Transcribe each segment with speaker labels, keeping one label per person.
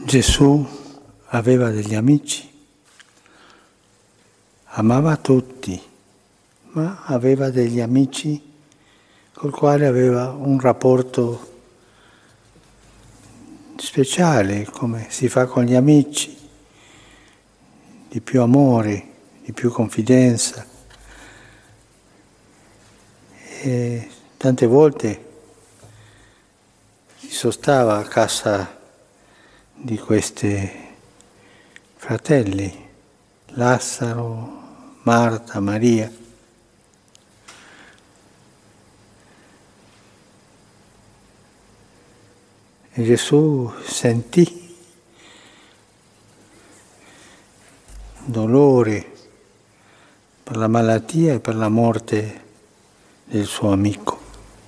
Speaker 1: Gesù aveva degli amici, amava tutti, ma aveva degli amici col quale aveva un rapporto speciale, come si fa con gli amici, di più amore, di più confidenza. E tante volte si sostava a casa di questi fratelli, Lazzaro, Marta, Maria. E Gesù sentì dolore per la malattia e per la morte del suo amico.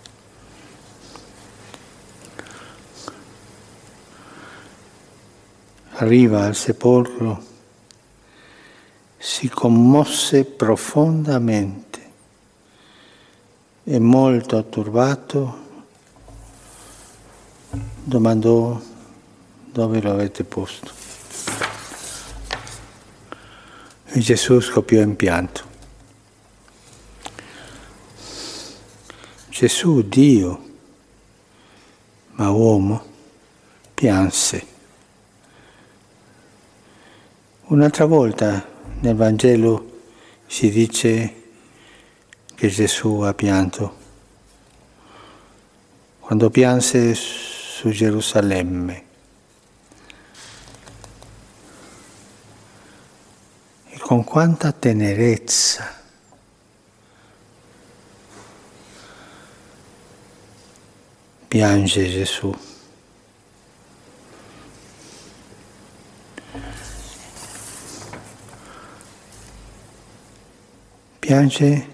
Speaker 1: Arriva al sepolcro, si commosse profondamente e molto turbato domandò: dove lo avete posto? E Gesù scoppiò in pianto. Gesù, Dio, ma uomo, pianse. Un'altra volta nel Vangelo si dice che Gesù ha pianto quando pianse su Gerusalemme. E con quanta tenerezza piange Gesù. Piange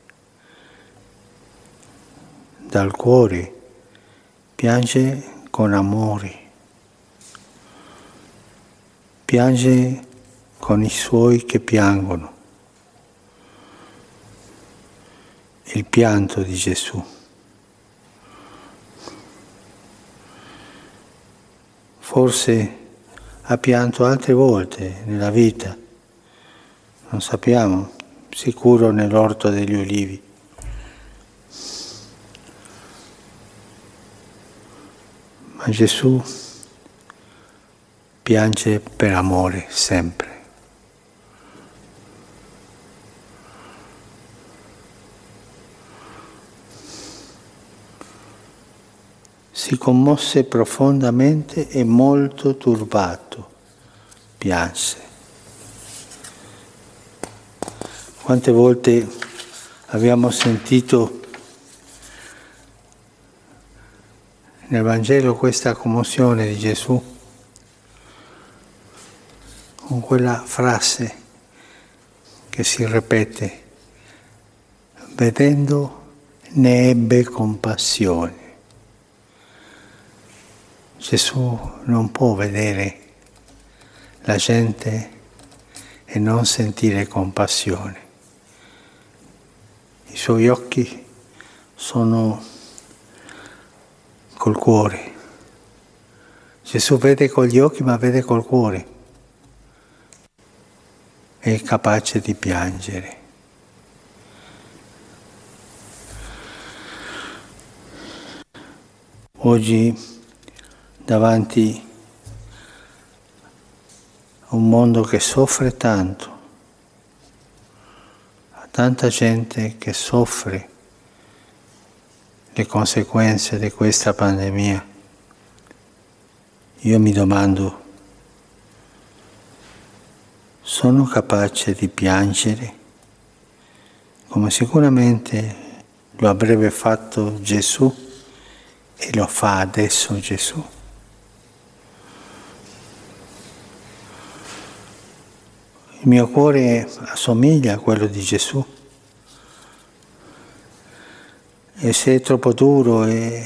Speaker 1: dal cuore, piange con amore, piange con i suoi che piangono. Il pianto di Gesù. Forse ha pianto altre volte nella vita, non sappiamo, sicuro nell'orto degli Ulivi. Ma Gesù piange per amore sempre. Si commosse profondamente e molto turbato, pianse. Quante volte abbiamo sentito nel Vangelo questa commozione di Gesù con quella frase che si ripete: vedendo ne ebbe compassione. Gesù non può vedere la gente e non sentire compassione. I suoi occhi sono col cuore. Gesù vede con gli occhi ma vede col cuore. È capace di piangere. Oggi, davanti a un mondo che soffre tanto, a tanta gente che soffre le conseguenze di questa pandemia, io mi domando: sono capace di piangere come sicuramente lo avrebbe fatto Gesù e lo fa adesso Gesù? Il mio cuore assomiglia a quello di Gesù e se è troppo duro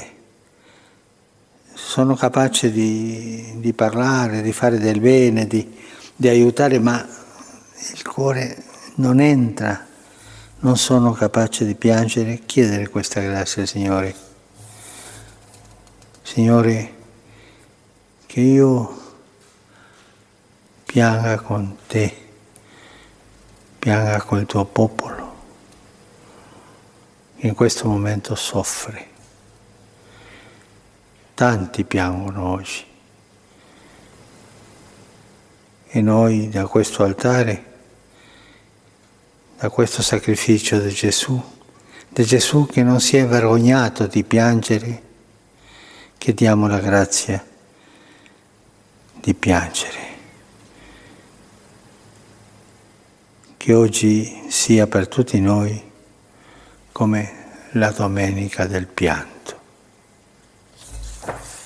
Speaker 1: sono capace di parlare, di fare del bene, di aiutare, ma il cuore non entra, non sono capace di piangere. Chiedere questa grazia al Signore. Signore, che io pianga con te, pianga col tuo popolo, che in questo momento soffre. Tanti piangono oggi. E noi da questo altare, da questo sacrificio di Gesù che non si è vergognato di piangere, chiediamo la grazia di piangere. Che oggi sia per tutti noi come la domenica del pianto.